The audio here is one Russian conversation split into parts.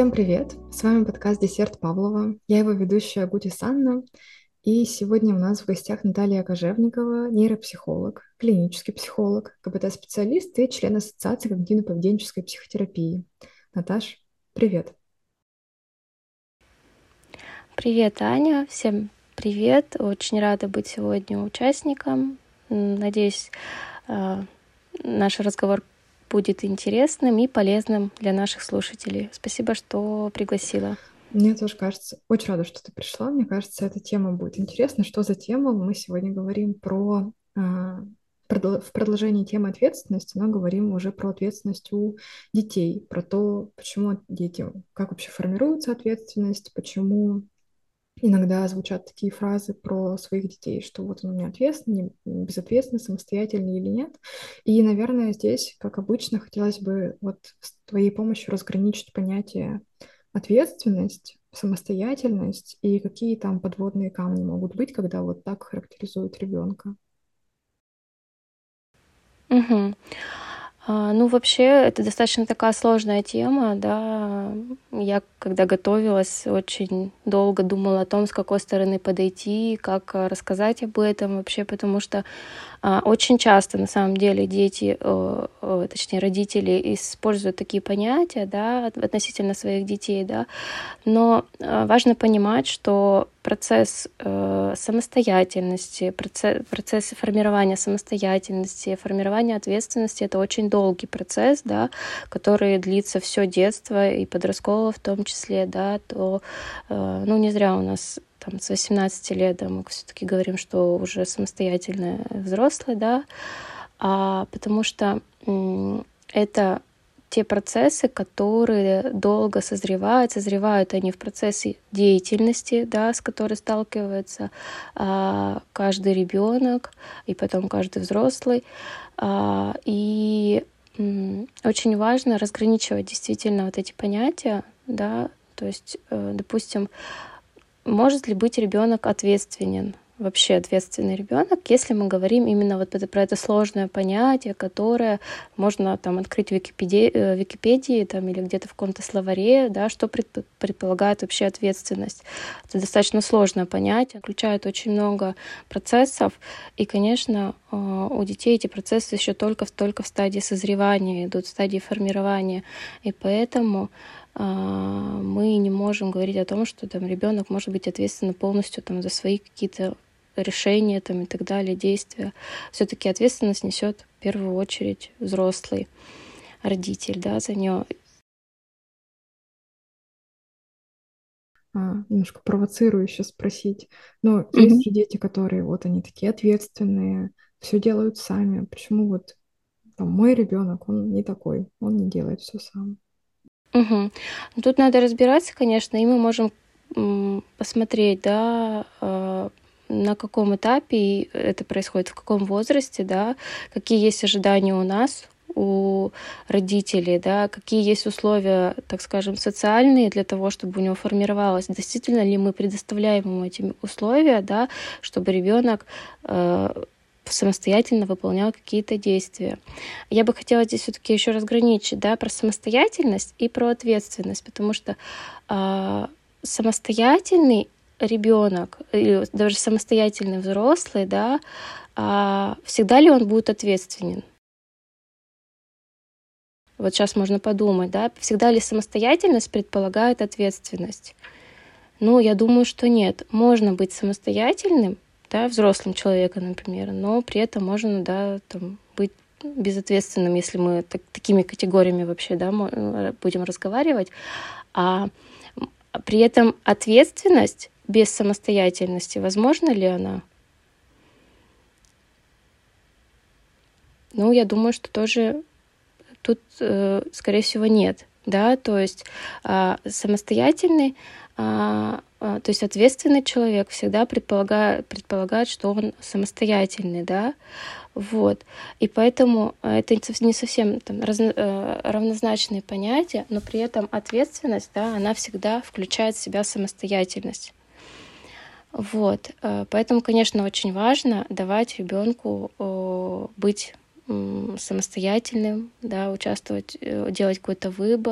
Всем привет! С вами подкаст «Десерт Павлова». Я его ведущая Гути Санна. И сегодня у нас в гостях Наталья Кожевникова, нейропсихолог, клинический психолог, КБТ-специалист и член Ассоциации когнитивно-поведенческой психотерапии. Наташ, привет! Привет, Аня. Всем привет. Очень рада быть сегодня участником. Надеюсь, наш разговор будет интересным и полезным для наших слушателей. Спасибо, что пригласила. Мне тоже кажется, очень рада, что ты пришла. Мне кажется, эта тема будет интересна. Что за тема? Мы сегодня говорим в продолжении темы ответственности, но говорим уже про ответственность у детей, про то, почему дети, как вообще формируется ответственность, почему иногда звучат такие фразы про своих детей, что вот он у меня ответственный, безответственный, самостоятельный или нет. И, наверное, здесь, как обычно, хотелось бы вот с твоей помощью разграничить понятие ответственность, самостоятельность и какие там подводные камни могут быть, когда вот так характеризуют ребенка. Мгм. Ну, вообще, это достаточно такая сложная тема, да. Я, когда готовилась, очень долго думала о том, с какой стороны подойти, как рассказать об этом вообще, потому что очень часто, на самом деле, дети, точнее, родители используют такие понятия, да, относительно своих детей, да, но важно понимать, что процесс самостоятельности, процесс формирования самостоятельности, формирования ответственности — это очень долгий процесс, да, который длится все детство и подросткового в том числе, да, то, ну, не зря у нас там с 18 лет, да, мы все-таки говорим, что уже самостоятельные взрослые, да, потому что это те процессы, которые долго созревают они в процессе деятельности, да, с которой сталкивается каждый ребенок и потом каждый взрослый. И очень важно разграничивать действительно вот эти понятия, да, то есть, допустим, может ли быть ребенок ответственен? Вообще ответственный ребенок, если мы говорим именно вот про это сложное понятие, которое можно там открыть в Википедии там, или где-то в каком-то словаре, да, что предполагает вообще ответственность. Это достаточно сложное понятие, включает очень много процессов, и, конечно, у детей эти процессы еще только в стадии созревания идут, в стадии формирования, и поэтому мы не можем говорить о том, что там ребенок может быть ответственен полностью там, за свои какие-то решения там, и так далее, действия. Все-таки ответственность несет в первую очередь взрослый родитель, да, за нее. Немножко провоцирующе спросить. Но Мгм. есть же дети, которые вот они такие ответственные, все делают сами. Почему вот там, мой ребенок, он не такой, он не делает все сам? Мгм. Ну, тут надо разбираться, конечно, и мы можем посмотреть, да, на каком этапе это происходит, в каком возрасте, да, какие есть ожидания у нас, у родителей, да, какие есть условия, так скажем, социальные для того, чтобы у него формировалось, действительно ли мы предоставляем ему эти условия, да, чтобы ребенок самостоятельно выполнял какие-то действия. Я бы хотела здесь все-таки еще разграничить, да, про самостоятельность и про ответственность, потому что самостоятельный ребенок или даже самостоятельный взрослый, да, всегда ли он будет ответственен? Вот сейчас можно подумать, да, всегда ли самостоятельность предполагает ответственность? Ну, я думаю, что нет. Можно быть самостоятельным, да, взрослым человеком, например, но при этом можно, да, там, быть безответственным, если мы такими категориями вообще, да, будем разговаривать. А при этом ответственность без самостоятельности, возможно ли она? Ну, я думаю, что тоже тут, скорее всего, нет. Да, то есть самостоятельный, то есть ответственный человек всегда предполагает, что он самостоятельный, да, вот. И поэтому это не совсем там, равнозначные понятия, но при этом ответственность, да, она всегда включает в себя самостоятельность. Вот. Поэтому, конечно, очень важно давать ребенку быть самостоятельным, да, участвовать, делать какой-то выбор,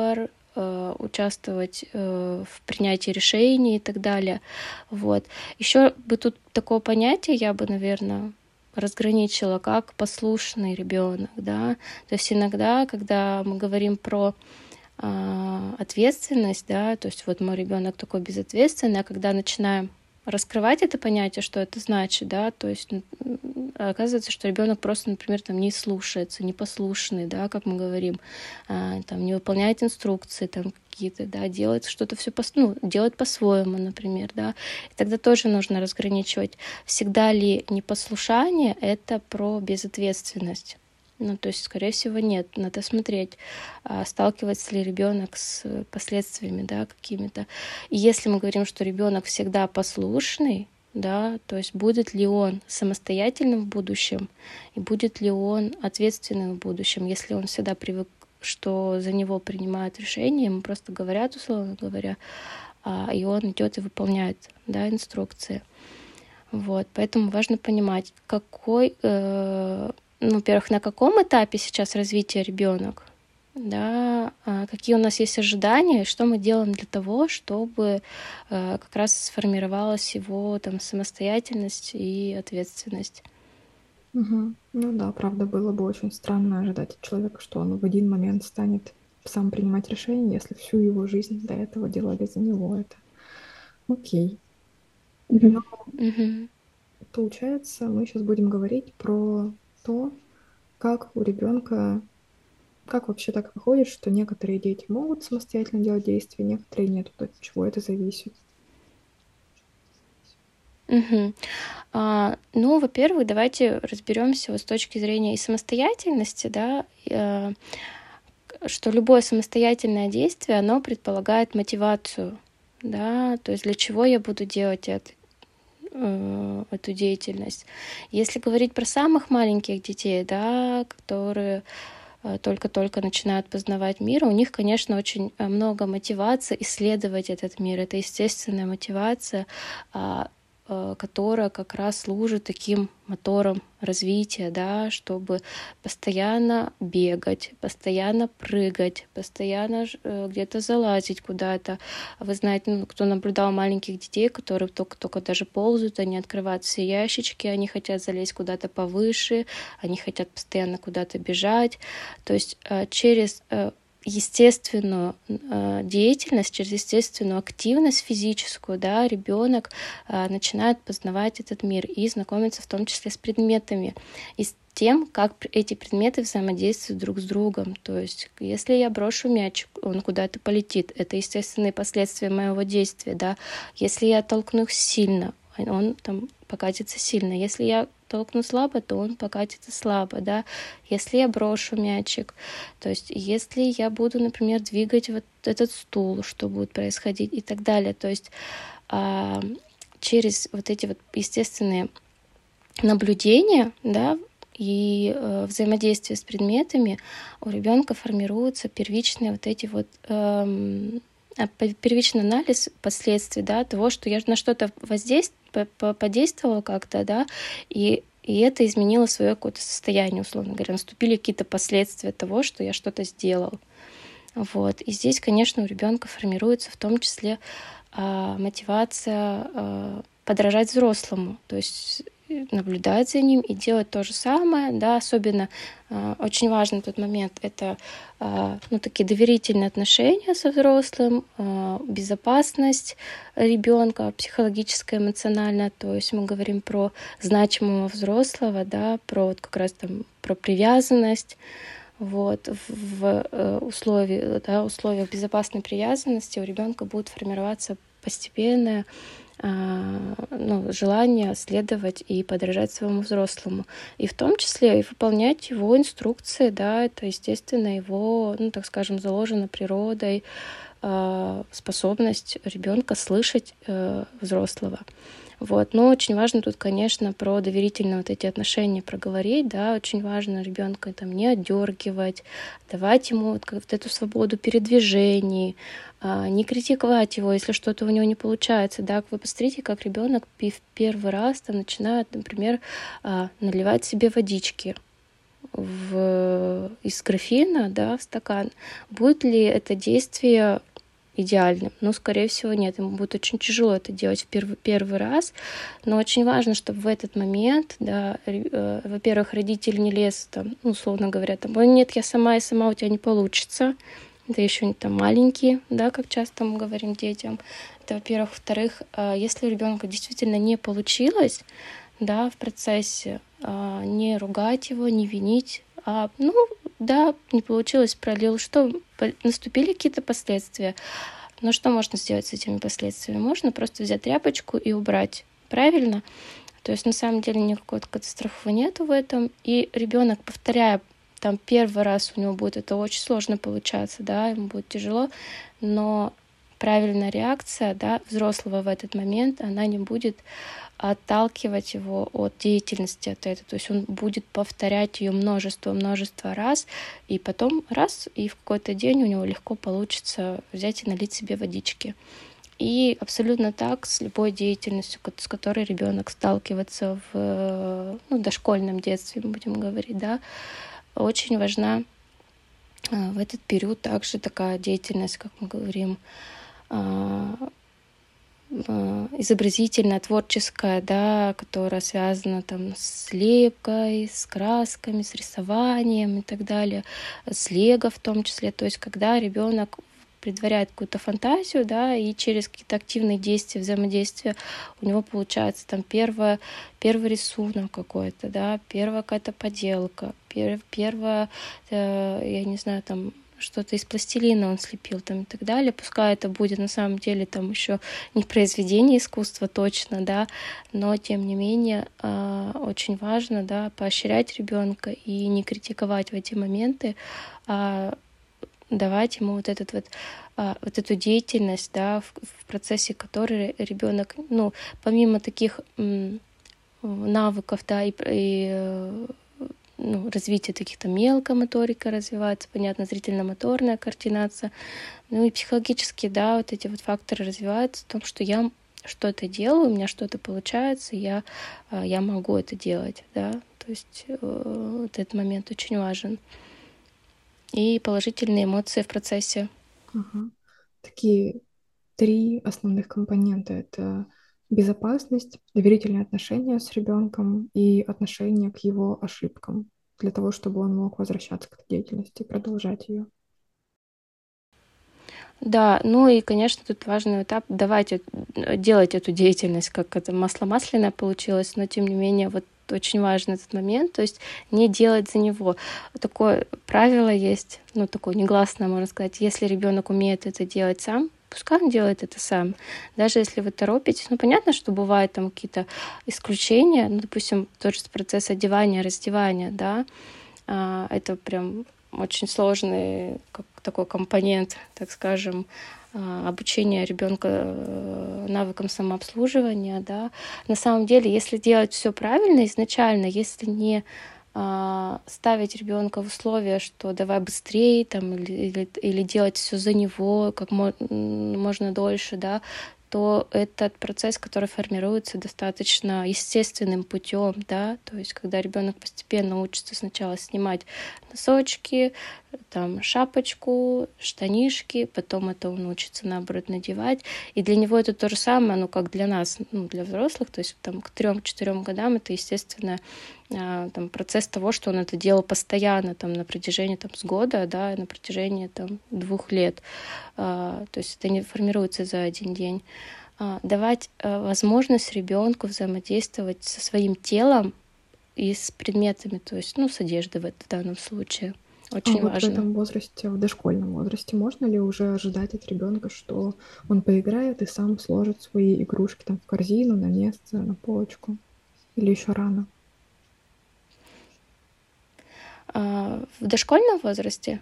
участвовать в принятии решений и так далее. Вот. Еще бы тут такое понятие я бы, наверное, разграничила, как послушный ребенок, да. То есть иногда, когда мы говорим про ответственность, да, то есть вот мой ребенок такой безответственный, а когда начинаем раскрывать это понятие, что это значит, да, то есть оказывается, что ребенок просто, например, там не слушается, непослушный, да, как мы говорим, там не выполняет инструкции, там какие-то, да, делает что-то все делает по-своему, например, да, и тогда тоже нужно разграничивать, всегда ли непослушание это про безответственность. Ну, то есть, скорее всего, нет. Надо смотреть, сталкивается ли ребенок с последствиями, да, какими-то. И если мы говорим, что ребенок всегда послушный, да, то есть будет ли он самостоятельным в будущем и будет ли он ответственным в будущем, если он всегда привык, что за него принимают решения, ему просто говорят, условно говоря, и он идет и выполняет, да, инструкции. Вот, поэтому важно понимать, какой во-первых, на каком этапе сейчас развития ребенок, да, какие у нас есть ожидания, что мы делаем для того, чтобы как раз сформировалась его там самостоятельность и ответственность. Ну да, правда, было бы очень странно ожидать от человека, что он в один момент станет сам принимать решения, если всю его жизнь до этого делали за него. Это окей. Но Мгм. получается, мы сейчас будем говорить про то, как у ребенка, как вообще так выходит, что некоторые дети могут самостоятельно делать действия, некоторые нет. От чего это зависит? Мгм. Ну, во-первых, давайте разберемся вот с точки зрения и самостоятельности, да, что любое самостоятельное действие, оно предполагает мотивацию, да, то есть для чего я буду делать это, эту деятельность. Если говорить про самых маленьких детей, да, которые только-только начинают познавать мир, у них, конечно, очень много мотивации исследовать этот мир. Это естественная мотивация, которая как раз служит таким мотором развития, да, чтобы постоянно бегать, постоянно прыгать, постоянно где-то залазить куда-то. Вы знаете, ну, кто наблюдал маленьких детей, которые только даже ползают, они открывают все ящички, они хотят залезть куда-то повыше, они хотят постоянно куда-то бежать. То есть через естественную деятельность, через естественную активность физическую, да, ребенок начинает познавать этот мир и знакомиться в том числе с предметами и с тем, как эти предметы взаимодействуют друг с другом. То есть, если я брошу мячик, он куда-то полетит. Это естественные последствия моего действия, да. Если я толкну сильно, он там покатится сильно. Если я толкну слабо, то он покатится слабо, да. Если я брошу мячик, то есть если я буду, например, двигать вот этот стул, что будет происходить и так далее. То есть через вот эти вот естественные наблюдения, да, и взаимодействие с предметами у ребенка формируются первичные вот эти вот первичный анализ последствий, да, того, что я на что-то подействовала как-то, да, и это изменило свое какое-то состояние, условно говоря. Наступили какие-то последствия того, что я что-то сделал. Вот. И здесь, конечно, у ребенка формируется в том числе мотивация подражать взрослому, то есть наблюдать за ним и делать то же самое, да, особенно очень важный тот момент — это такие доверительные отношения со взрослым, безопасность ребенка, психологическая, эмоциональная, то есть мы говорим про значимого взрослого, да, про вот как раз там про привязанность. Вот, в условиях безопасной привязанности у ребенка будет формироваться постепенное желание следовать и подражать своему взрослому. И в том числе и выполнять его инструкции, да, это, естественно, его, так скажем, заложено природой способность ребенка слышать взрослого. Вот. Но очень важно тут, конечно, про доверительные вот эти отношения проговорить, да, очень важно ребенка там не отдергивать, давать ему вот эту свободу передвижений, не критиковать его, если что-то у него не получается, да, вы посмотрите, как ребенок в первый раз там начинает, например, наливать себе водички. из графина, да, в стакан, будет ли это действие идеальным? Ну, скорее всего, нет. Ему будет очень тяжело это делать в первый раз. Но очень важно, чтобы в этот момент, да, во-первых, родитель не лез там, ну, условно говоря, там, ой, нет, я сама, у тебя не получится. Да еще не там маленькие, да, как часто мы говорим детям. Это, во-первых. Во-вторых, если у ребенка действительно не получилось, да, в процессе, не ругать его, не винить, ну, да, не получилось, пролил, что, наступили какие-то последствия, но что можно сделать с этими последствиями? Можно просто взять тряпочку и убрать, правильно? То есть на самом деле никакой катастрофы нету в этом, и ребенок, повторяя там первый раз, у него будет это очень сложно получаться, да, ему будет тяжело, но правильная реакция, да, взрослого в этот момент, она не будет отталкивать его от деятельности от этой. То есть он будет повторять ее множество раз, и потом раз, и в какой-то день у него легко получится взять и налить себе водички. И абсолютно так с любой деятельностью, с которой ребенок сталкивается в дошкольном детстве, мы будем говорить, да, очень важна в этот период также такая деятельность, как мы говорим, изобразительная, творческая, да, которая связана там с лепкой, с красками, с рисованием и так далее, с лего в том числе. То есть когда ребенок предваряет какую-то фантазию, да, и через какие-то активные действия, взаимодействия у него получается там первый рисунок какой-то, да, первая какая-то поделка, первая, я не знаю, там что-то из пластилина он слепил там и так далее. Пускай это будет на самом деле там еще не произведение искусства точно, да, но тем не менее очень важно, да, поощрять ребенка и не критиковать в эти моменты, а давать ему вот эту деятельность, да, в процессе которой ребенок, ну, помимо таких навыков, да, развитие таких там мелкая моторика развивается, понятно, зрительно-моторная координация, ну и психологически, да, вот эти вот факторы развиваются в том, что я что-то делаю, у меня что-то получается, я могу это делать, да, то есть вот этот момент очень важен. И положительные эмоции в процессе. Ага. Такие 3 основных компонента — это безопасность, доверительные отношения с ребенком и отношение к его ошибкам, для того, чтобы он мог возвращаться к этой деятельности и продолжать ее. Да, ну и, конечно, тут важный этап делать эту деятельность, как это масло масляное получилось, но тем не менее вот очень важный этот момент, то есть не делать за него. Такое правило есть, ну такое негласное, можно сказать, если ребенок умеет это делать сам, пускай он делает это сам. Даже если вы торопитесь, ну понятно, что бывают там какие-то исключения, ну допустим, тот же процесс одевания, раздевания, да, это прям очень сложный такой компонент, так скажем, обучения ребенка навыкам самообслуживания, да. На самом деле, если делать все правильно изначально, если не ставить ребенка в условия, что давай быстрее там, или делать все за него как можно дольше, да, то этот процесс, который формируется достаточно естественным путем, да, то есть когда ребенок постепенно учится сначала снимать носочки, там шапочку, штанишки, потом это он учится наоборот надевать, и для него это то же самое, ну как для нас, ну для взрослых, то есть там к 3-4 годам это естественно там, процесс того, что он это делал постоянно там, на протяжении там, с года, да, на протяжении там, 2 лет. То есть это не формируется за один день. Давать возможность ребенку взаимодействовать со своим телом и с предметами, то есть, ну, с одеждой в данном случае. А Очень вот в важно. этом возрасте, в дошкольном возрасте, можно ли уже ожидать от ребенка, что он поиграет и сам сложит свои игрушки там в корзину, на место, на полочку? Или еще рано? В дошкольном возрасте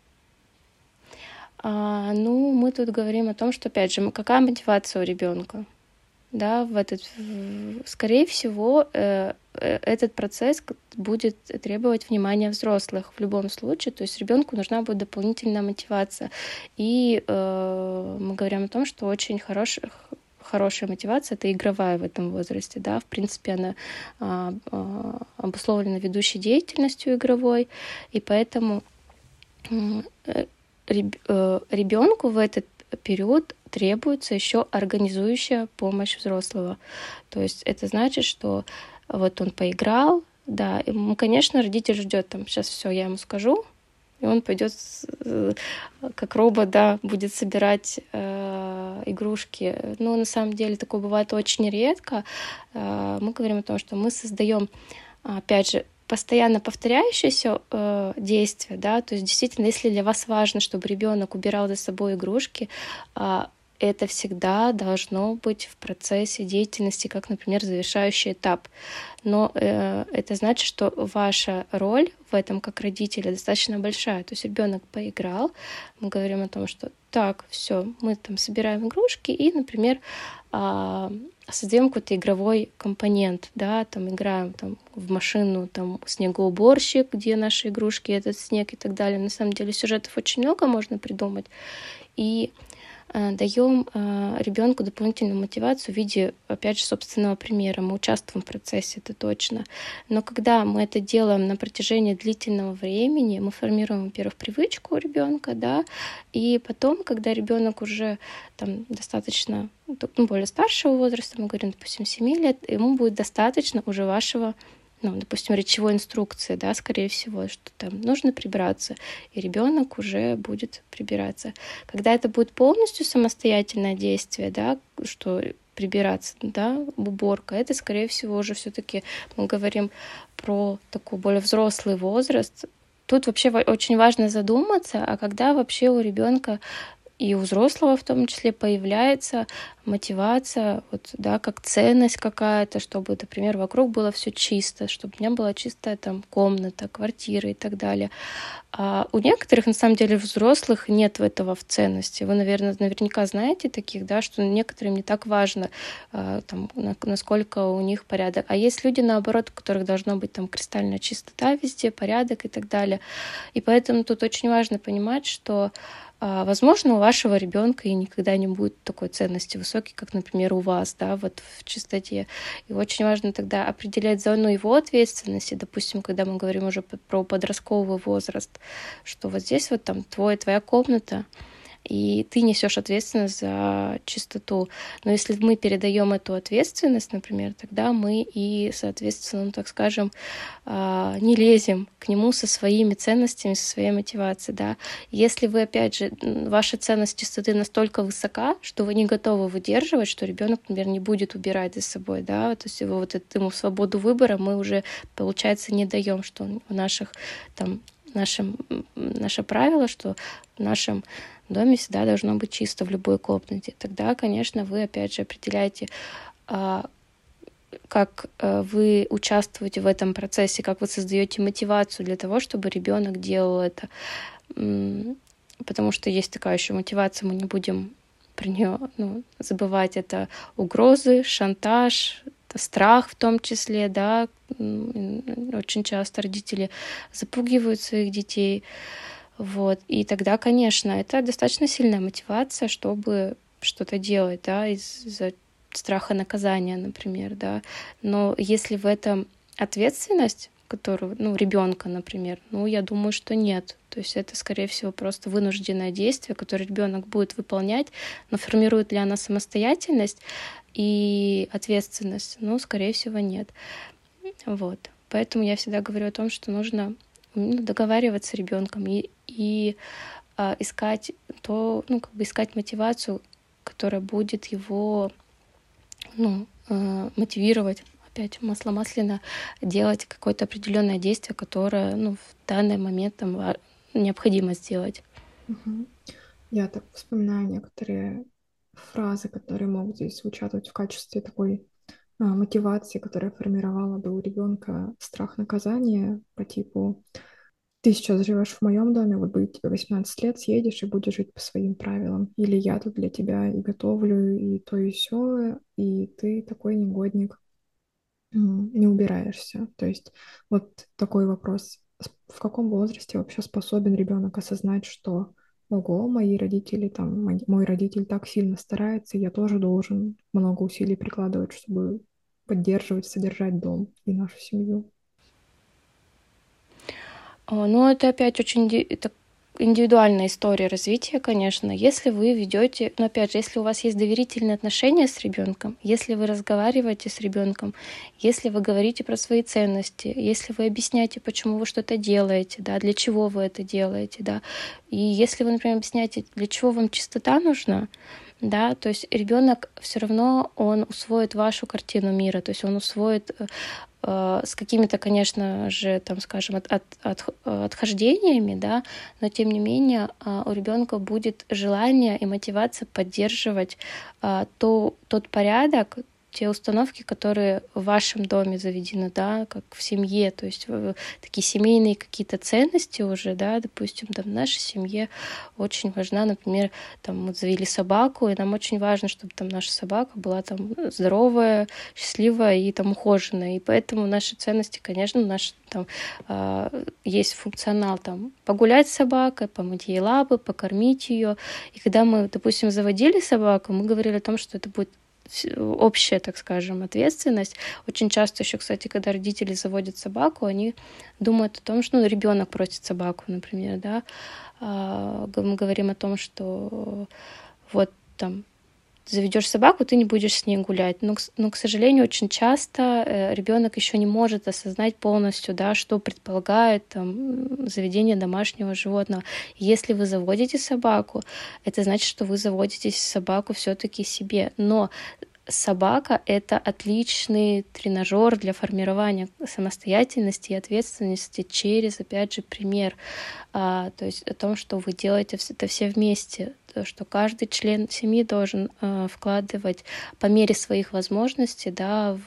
ну, мы тут говорим о том, что, опять же, какая мотивация у ребенка, да, скорее всего, этот процесс будет требовать внимания взрослых в любом случае, то есть ребенку нужна будет дополнительная мотивация. И мы говорим о том, что очень хорошая мотивация — это игровая в этом возрасте, да, в принципе, она обусловлена ведущей деятельностью игровой, и поэтому ребенку в этот период требуется еще организующая помощь взрослого. То есть это значит, что вот он поиграл, да, ему, конечно, родитель ждет там, сейчас все, я ему скажу, и он пойдет как робот, да, будет собирать игрушки. Но на самом деле такое бывает очень редко. Мы говорим о том, что мы создаем, опять же, постоянно повторяющееся действие, да, то есть действительно, если для вас важно, чтобы ребенок убирал за собой игрушки, это всегда должно быть в процессе деятельности, как, например, завершающий этап. Но это значит, что ваша роль в этом как родителя достаточно большая. То есть ребенок поиграл, мы говорим о том, что так, все, мы там собираем игрушки и, например, создаем какой-то игровой компонент, да, там играем там, в машину, там снегоуборщик, где наши игрушки, этот снег и так далее. На самом деле сюжетов очень много можно придумать. И даем ребенку дополнительную мотивацию в виде, опять же, собственного примера. Мы участвуем в процессе, это точно. Но когда мы это делаем на протяжении длительного времени, мы формируем, во-первых, привычку у ребенка, да, и потом, когда ребенок уже там достаточно, более старшего возраста, мы говорим, допустим, 7 лет, ему будет достаточно уже вашего, допустим, речевой инструкции, да, скорее всего, что там нужно прибраться, и ребенок уже будет прибираться. Когда это будет полностью самостоятельное действие, да, что прибираться, да, уборка, это, скорее всего, уже все-таки мы говорим про такой более взрослый возраст. Тут вообще очень важно задуматься, а когда вообще у ребенка и у взрослого в том числе появляется мотивация, вот, да, как ценность какая-то, чтобы, например, вокруг было все чисто, чтобы у меня была чистая там комната, квартира и так далее. А у некоторых, на самом деле, взрослых нет этого в ценности. Вы, наверное, наверняка знаете таких, да, что некоторым не так важно, там, насколько у них порядок. А есть люди, наоборот, у которых должно быть там кристальная чистота везде, порядок и так далее. И поэтому тут очень важно понимать, что возможно, у вашего ребенка и никогда не будет такой ценности высокой, как, например, у вас, да, вот в чистоте. И очень важно тогда определять зону его ответственности, допустим, когда мы говорим уже про подростковый возраст, что вот здесь вот там твоя комната, и ты несешь ответственность за чистоту. Но если мы передаем эту ответственность, например, тогда мы и, соответственно, так скажем, не лезем к нему со своими ценностями, со своей мотивацией. Да. Если вы, опять же, ваша ценность чистоты настолько высока, что вы не готовы выдерживать, что ребенок, например, не будет убирать за собой, да, то есть его вот ему свободу выбора мы уже, получается, не даем, что в наших там наше правило, что в нашем доме всегда должно быть чисто в любой комнате. Тогда, конечно, вы опять же определяете, как вы участвуете в этом процессе, как вы создаете мотивацию для того, чтобы ребенок делал это. Потому что есть такая еще мотивация, мы не будем про нее забывать. Это угрозы, шантаж, это страх в том числе, да. Очень часто родители запугивают своих детей. Вот. И тогда, конечно, это достаточно сильная мотивация, чтобы что-то делать, да, из-за страха наказания, например, да. Но если в этом ответственность, которую, ребенка, например, я думаю, что нет. То есть это, скорее всего, просто вынужденное действие, которое ребенок будет выполнять, но формирует ли она самостоятельность и ответственность? Скорее всего, нет. Вот. Поэтому я всегда говорю о том, что нужно договариваться с ребенком и искать искать мотивацию, которая будет его мотивировать, опять масло масляно, делать какое-то определенное действие, которое в данный момент там необходимо сделать. Я так вспоминаю некоторые фразы, которые могут здесь звучать в качестве такой мотивации, которая формировала бы у ребенка страх наказания по типу «ты сейчас живешь в моем доме, вот будет тебе 18 лет, съедешь и будешь жить по своим правилам. Или я тут для тебя и готовлю, и то, и сё, и ты такой негодник, не убираешься». То есть вот такой вопрос. В каком возрасте вообще способен ребенок осознать, что ого, мои родители, там, мой родитель так сильно старается, я тоже должен много усилий прикладывать, чтобы поддерживать, содержать дом и нашу семью. Ну, это опять очень это индивидуальная история развития, конечно. Если вы ведете, но опять же, если у вас есть доверительные отношения с ребенком, если вы разговариваете с ребенком, если вы говорите про свои ценности, если вы объясняете, почему вы что-то делаете, да, для чего вы это делаете, да, и если вы, например, объясняете, для чего вам чистота нужна, да, то есть ребенок все равно он усвоит вашу картину мира, то есть он усвоит с какими-то, конечно же, там, скажем, отхождениями, да, но тем не менее у ребенка будет желание и мотивация поддерживать тот порядок, те установки, которые в вашем доме заведены, да, как в семье, то есть такие семейные какие-то ценности уже, да, допустим, там в нашей семье очень важна, например, там мы завели собаку, и нам очень важно, чтобы там наша собака была там здоровая, счастливая и там ухоженная, и поэтому наши ценности, конечно, наш там есть функционал там погулять с собакой, помыть ей лапы, покормить ее, и когда мы, допустим, заводили собаку, мы говорили о том, что это будет общая, так скажем, ответственность. Очень часто еще, кстати, когда родители заводят собаку, они думают о том, что ребенок просит собаку, например, да. Мы говорим о том, что вот там заведешь собаку, ты не будешь с ней гулять. Но, к сожалению, очень часто ребенок еще не может осознать полностью, да, что предполагает там, заведение домашнего животного. Если вы заводите собаку, это значит, что вы заводите собаку все-таки себе. Но собака — это отличный тренажер для формирования самостоятельности и ответственности через, опять же, пример. То есть о том, что вы делаете это все вместе, то, что каждый член семьи должен вкладывать по мере своих возможностей, да,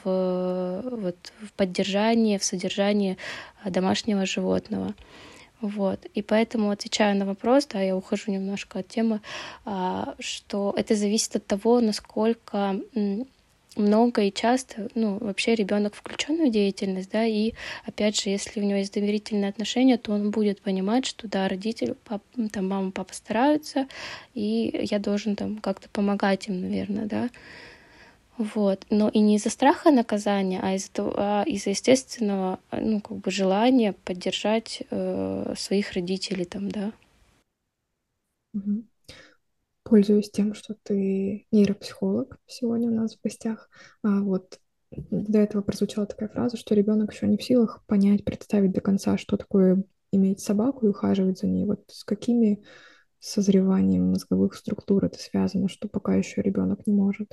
в поддержание, в содержание домашнего животного. Вот. И поэтому, отвечая на вопрос, да, я ухожу немножко от темы, что это зависит от того, насколько много и часто, вообще ребенок включен в деятельность, да, и опять же, если у него есть доверительные отношения, то он будет понимать, что да, родители, там мама, папа стараются, и я должен там как-то помогать им, наверное, да. Вот. Но и не из-за страха наказания, из-за естественного, желания поддержать своих родителей там, да. Мгм. Пользуюсь тем, что ты нейропсихолог сегодня у нас в гостях. Вот до этого прозвучала такая фраза, что ребенок еще не в силах понять, представить до конца, что такое иметь собаку и ухаживать за ней. Вот с какими созреванием мозговых структур это связано, что пока еще ребенок не может?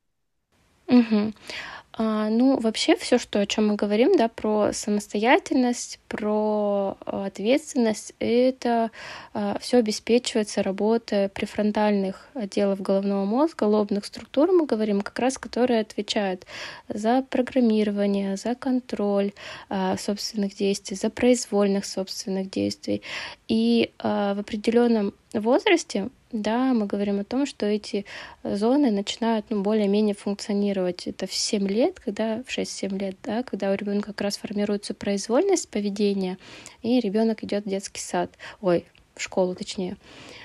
Мгм. Вообще все, о чем мы говорим, да, про самостоятельность, про ответственность, это все обеспечивается работой префронтальных отделов головного мозга, лобных структур, мы говорим, как раз которые отвечают за программирование, за контроль собственных действий, за произвольных собственных действий. И в определенном возрасте, да, мы говорим о том, что эти зоны начинают более-менее функционировать. Это в 7 лет, в 6-7 лет, да, когда у ребенка как раз формируется произвольность поведения, и ребенок идет в детский сад, в школу точнее.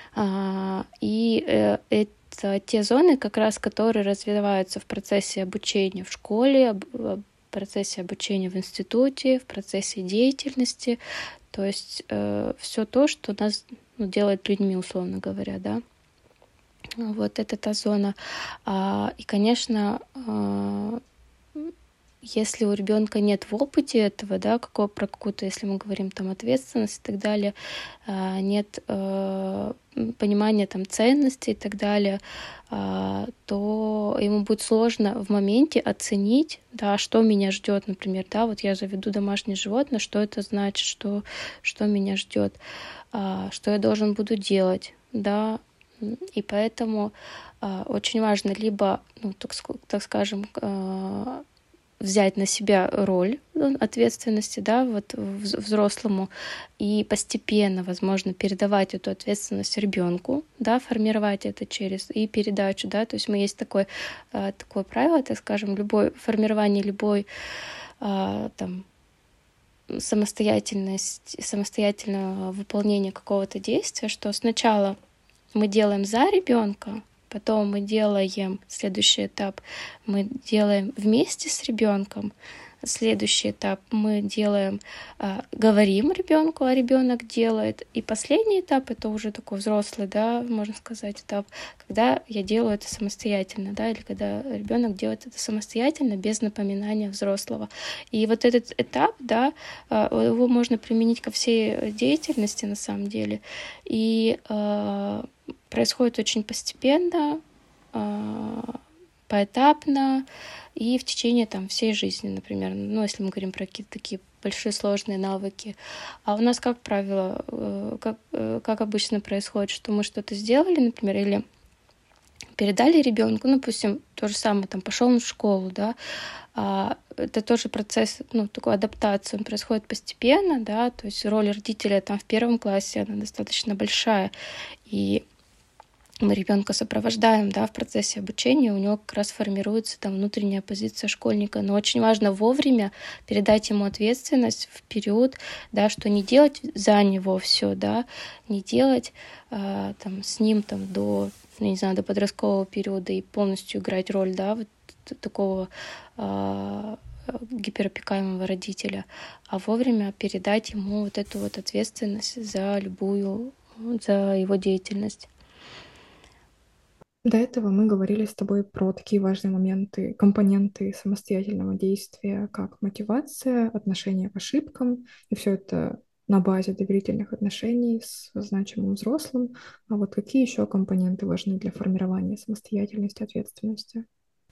Это те зоны, как раз, которые развиваются в процессе обучения в школе, в процессе обучения в институте, в процессе деятельности. То есть все то, что нас делает людьми, условно говоря, да. Вот это та зона. И, конечно, если у ребенка нет в опыте этого, да, про какую-то, если мы говорим там ответственность и так далее, нет понимания там ценностей и так далее, то ему будет сложно в моменте оценить, да, что меня ждет, например, да, вот я заведу домашнее животное, что это значит, что меня ждет, что я должен буду делать, да, и поэтому очень важно либо, так скажем, взять на себя роль ответственности, да, вот взрослому, и постепенно, возможно, передавать эту ответственность ребенку, да, формировать это через и передачу, да, то есть есть такое правило, так скажем, формирование любой там самостоятельного выполнения какого-то действия, что сначала мы делаем за ребенка, потом мы делаем следующий этап, мы делаем вместе с ребенком. Следующий этап мы делаем, говорим ребенку, а ребенок делает. И последний этап это уже такой взрослый, да, можно сказать, этап, когда я делаю это самостоятельно, да, или когда ребенок делает это самостоятельно без напоминания взрослого. И вот этот этап, да, его можно применить ко всей деятельности на самом деле. И происходит очень постепенно, поэтапно и в течение там всей жизни, например, ну, если мы говорим про какие-то такие большие сложные навыки. А у нас, как правило, как обычно происходит, что мы что-то сделали, например, или передали ребенку, ну, допустим, то же самое, там, пошел он в школу, да, это тоже процесс, ну, такой адаптации, он происходит постепенно, да, то есть роль родителя там в 1 классе, она достаточно большая, и мы ребенка сопровождаем, да, в процессе обучения, у него как раз формируется там внутренняя позиция школьника. Но очень важно вовремя передать ему ответственность в период, да, что не делать за него все, да, не делать там с ним там до, не знаю, до подросткового периода и полностью играть роль, да, вот такого гиперопекаемого родителя, а вовремя передать ему вот эту вот ответственность за его деятельность. До этого мы говорили с тобой про такие важные моменты, компоненты самостоятельного действия, как мотивация, отношение к ошибкам, и все это на базе доверительных отношений с значимым взрослым. А вот какие еще компоненты важны для формирования самостоятельности, ответственности?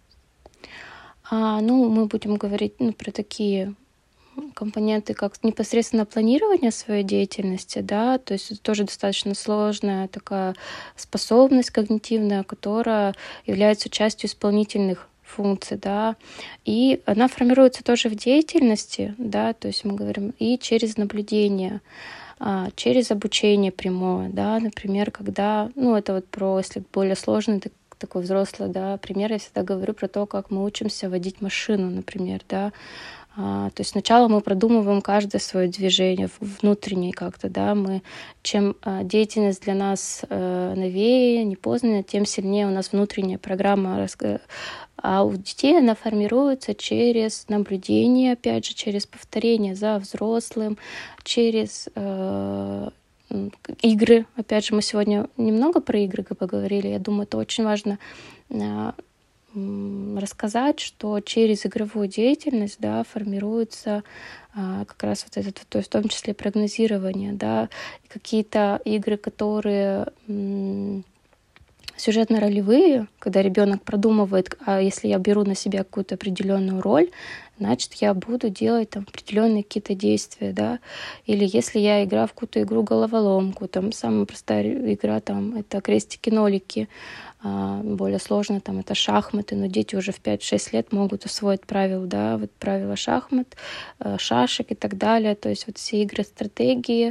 Ну, мы будем говорить, ну, про такие компоненты, как непосредственно планирование своей деятельности, да, то есть это тоже достаточно сложная такая способность когнитивная, которая является частью исполнительных функций, да, и она формируется тоже в деятельности, да, то есть мы говорим и через наблюдение, через обучение прямое, да, например, когда, ну, это вот про, если более сложный такой взрослый, да, пример, я всегда говорю про то, как мы учимся водить машину, например, да. То есть сначала мы продумываем каждое свое движение внутреннее как-то, да, чем деятельность для нас новее, непознанная, тем сильнее у нас внутренняя программа, а у детей она формируется через наблюдение, опять же, через повторение за взрослым, через игры. Опять же, мы сегодня немного про игры поговорили. Я думаю, это очень важно рассказать, что через игровую деятельность, да, формируется как раз вот это, то есть в том числе прогнозирование, да, какие-то игры, которые сюжетно-ролевые, когда ребенок продумывает, а если я беру на себя какую-то определенную роль, значит, я буду делать там определенные какие-то действия, да, или если я играю в какую-то игру-головоломку, там самая простая игра, там, это крестики-нолики, более сложно, там, это шахматы, но дети уже в 5-6 лет могут освоить правила, да, вот правила шахмат, шашек и так далее, то есть вот все игры, стратегии,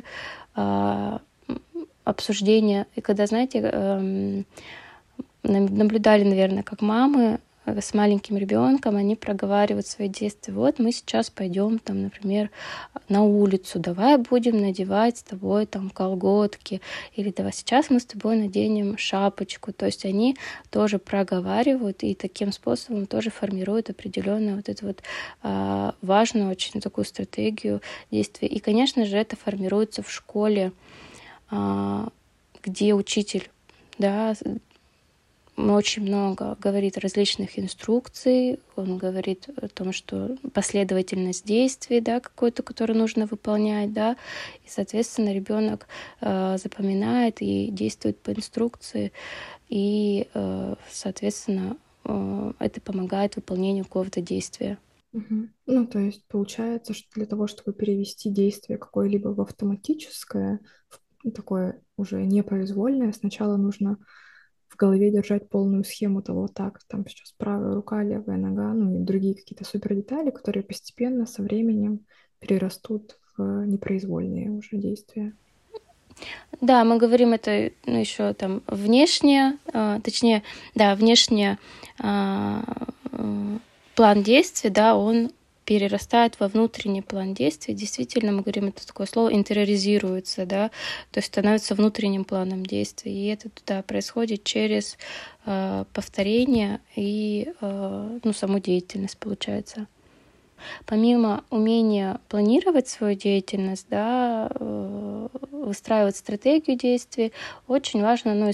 обсуждения, и когда, знаете, наблюдали, наверное, как мамы с маленьким ребенком, они проговаривают свои действия. Вот мы сейчас пойдем, там, например, на улицу, давай будем надевать с тобой там колготки, или давай сейчас мы с тобой наденем шапочку. То есть они тоже проговаривают и таким способом тоже формируют определенную вот эту вот важную очень такую стратегию действия. И, конечно же, это формируется в школе, где учитель, да, очень много говорит различных инструкций, он говорит о том, что последовательность действий, да, какой-то, который нужно выполнять, да, и, соответственно, ребенок запоминает и действует по инструкции, и, соответственно, это помогает выполнению какого-то действия. Ну, то есть получается, что для того, чтобы перевести действие какое-либо в автоматическое, в такое уже непроизвольное, сначала нужно в голове держать полную схему того, так, там сейчас правая рука, левая нога, ну и другие какие-то супер детали, которые постепенно со временем перерастут в непроизвольные уже действия. Да, мы говорим это, ну, еще там внешне, точнее, да, внешне план действий, да, он перерастает во внутренний план действий. Действительно, мы говорим, это такое слово, интериоризируется, да, то есть становится внутренним планом действий. И это туда происходит через повторение и саму деятельность, получается. Помимо умения планировать свою деятельность, да, выстраивать стратегию действий, очень важно, и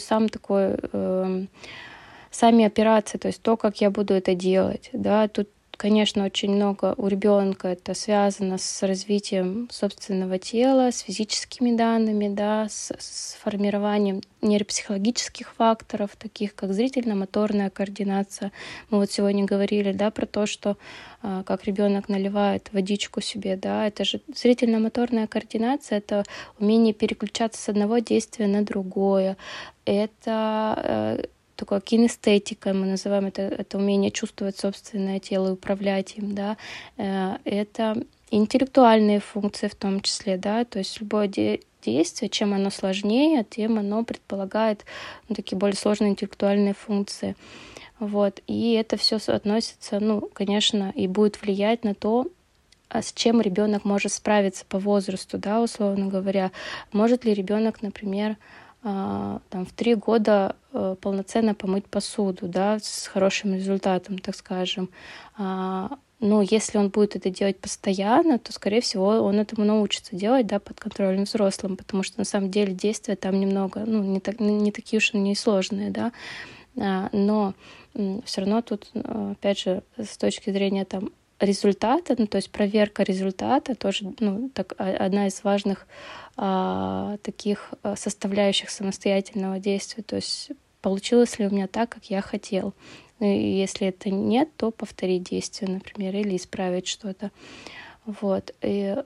сами операции, то есть то, как я буду это делать, да, тут, конечно, очень много у ребенка это связано с развитием собственного тела, с физическими данными, да, с формированием нейропсихологических факторов, таких как зрительно-моторная координация. Мы вот сегодня говорили, да, про то, что как ребенок наливает водичку себе, да, это же зрительно-моторная координация, это умение переключаться с одного действия на другое, это такое кинестетика, мы называем это умение чувствовать собственное тело и управлять им, да, это интеллектуальные функции в том числе, да, то есть любое действие, чем оно сложнее, тем оно предполагает такие более сложные интеллектуальные функции. Вот. И это все относится, конечно, и будет влиять на то, с чем ребенок может справиться по возрасту, да, условно говоря. Может ли ребенок, например, в 3 года полноценно помыть посуду, да, с хорошим результатом, так скажем. Но если он будет это делать постоянно, то, скорее всего, он этому научится делать, да, под контролем взрослым, потому что на самом деле действия там немного, не такие уж они и сложные, да. Но все равно тут, опять же, с точки зрения там результата, то есть проверка результата тоже одна из важных таких составляющих самостоятельного действия. То есть получилось ли у меня так, как я хотел. И если это нет, то повторить действие, например, или исправить что-то. Вот.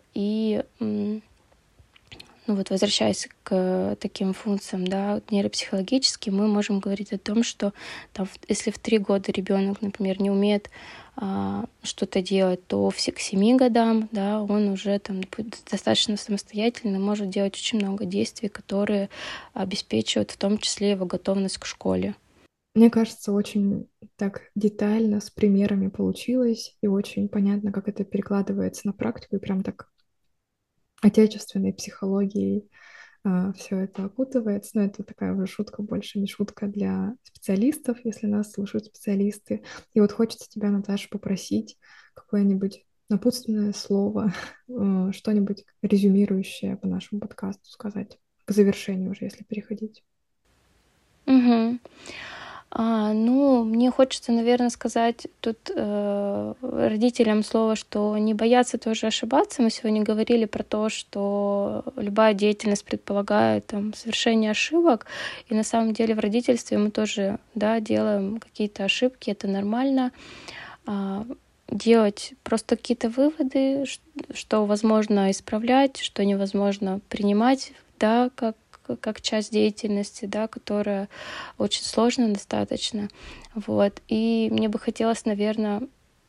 Возвращаясь к таким функциям, да, нейропсихологическим, мы можем говорить о том, что если в 3 года ребенок, например, не умеет что-то делать, то к 7 годам, да, он уже будет достаточно самостоятельно, может делать очень много действий, которые обеспечивают в том числе его готовность к школе. Мне кажется, очень так детально, с примерами получилось, и очень понятно, как это перекладывается на практику, и прям так отечественной психологией все это окутывается. Но это такая уже шутка, больше не шутка для специалистов, если нас слушают специалисты. И вот хочется тебя, Наташа, попросить какое-нибудь напутственное слово, что-нибудь резюмирующее по нашему подкасту сказать, по завершению уже, если переходить. Угу. Мне хочется, наверное, сказать тут родителям слово, что не бояться тоже ошибаться. Мы сегодня говорили про то, что любая деятельность предполагает совершение ошибок, и на самом деле в родительстве мы тоже, да, делаем какие-то ошибки, это нормально. Делать просто какие-то выводы, что возможно исправлять, что невозможно принимать, да, как часть деятельности, да, которая очень сложная достаточно. Вот. И мне бы хотелось, наверное,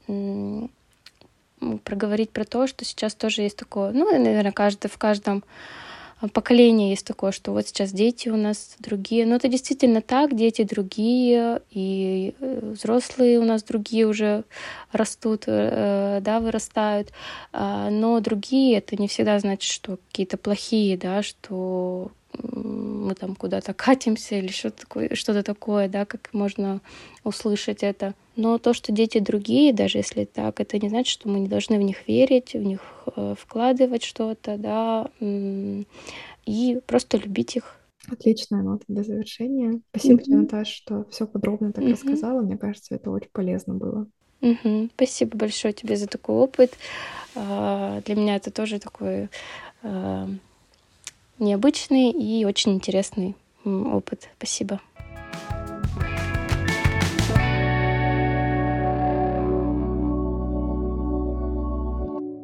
проговорить про то, что сейчас тоже есть такое, наверное, в каждом поколении есть такое, что вот сейчас дети у нас другие. Но это действительно так, дети другие, и взрослые у нас другие уже растут, да, вырастают. Но другие — это не всегда значит, что какие-то плохие, да, что мы куда-то катимся или что-то такое, да, как можно услышать это. Но то, что дети другие, даже если так, это не значит, что мы не должны в них верить, в них вкладывать что-то, да, и просто любить их. Отличная нота для завершения. Спасибо тебе, Наташа, что все подробно так рассказала. Мне кажется, это очень полезно было. Спасибо большое тебе за такой опыт. Для меня это тоже такой необычный и очень интересный опыт. Спасибо.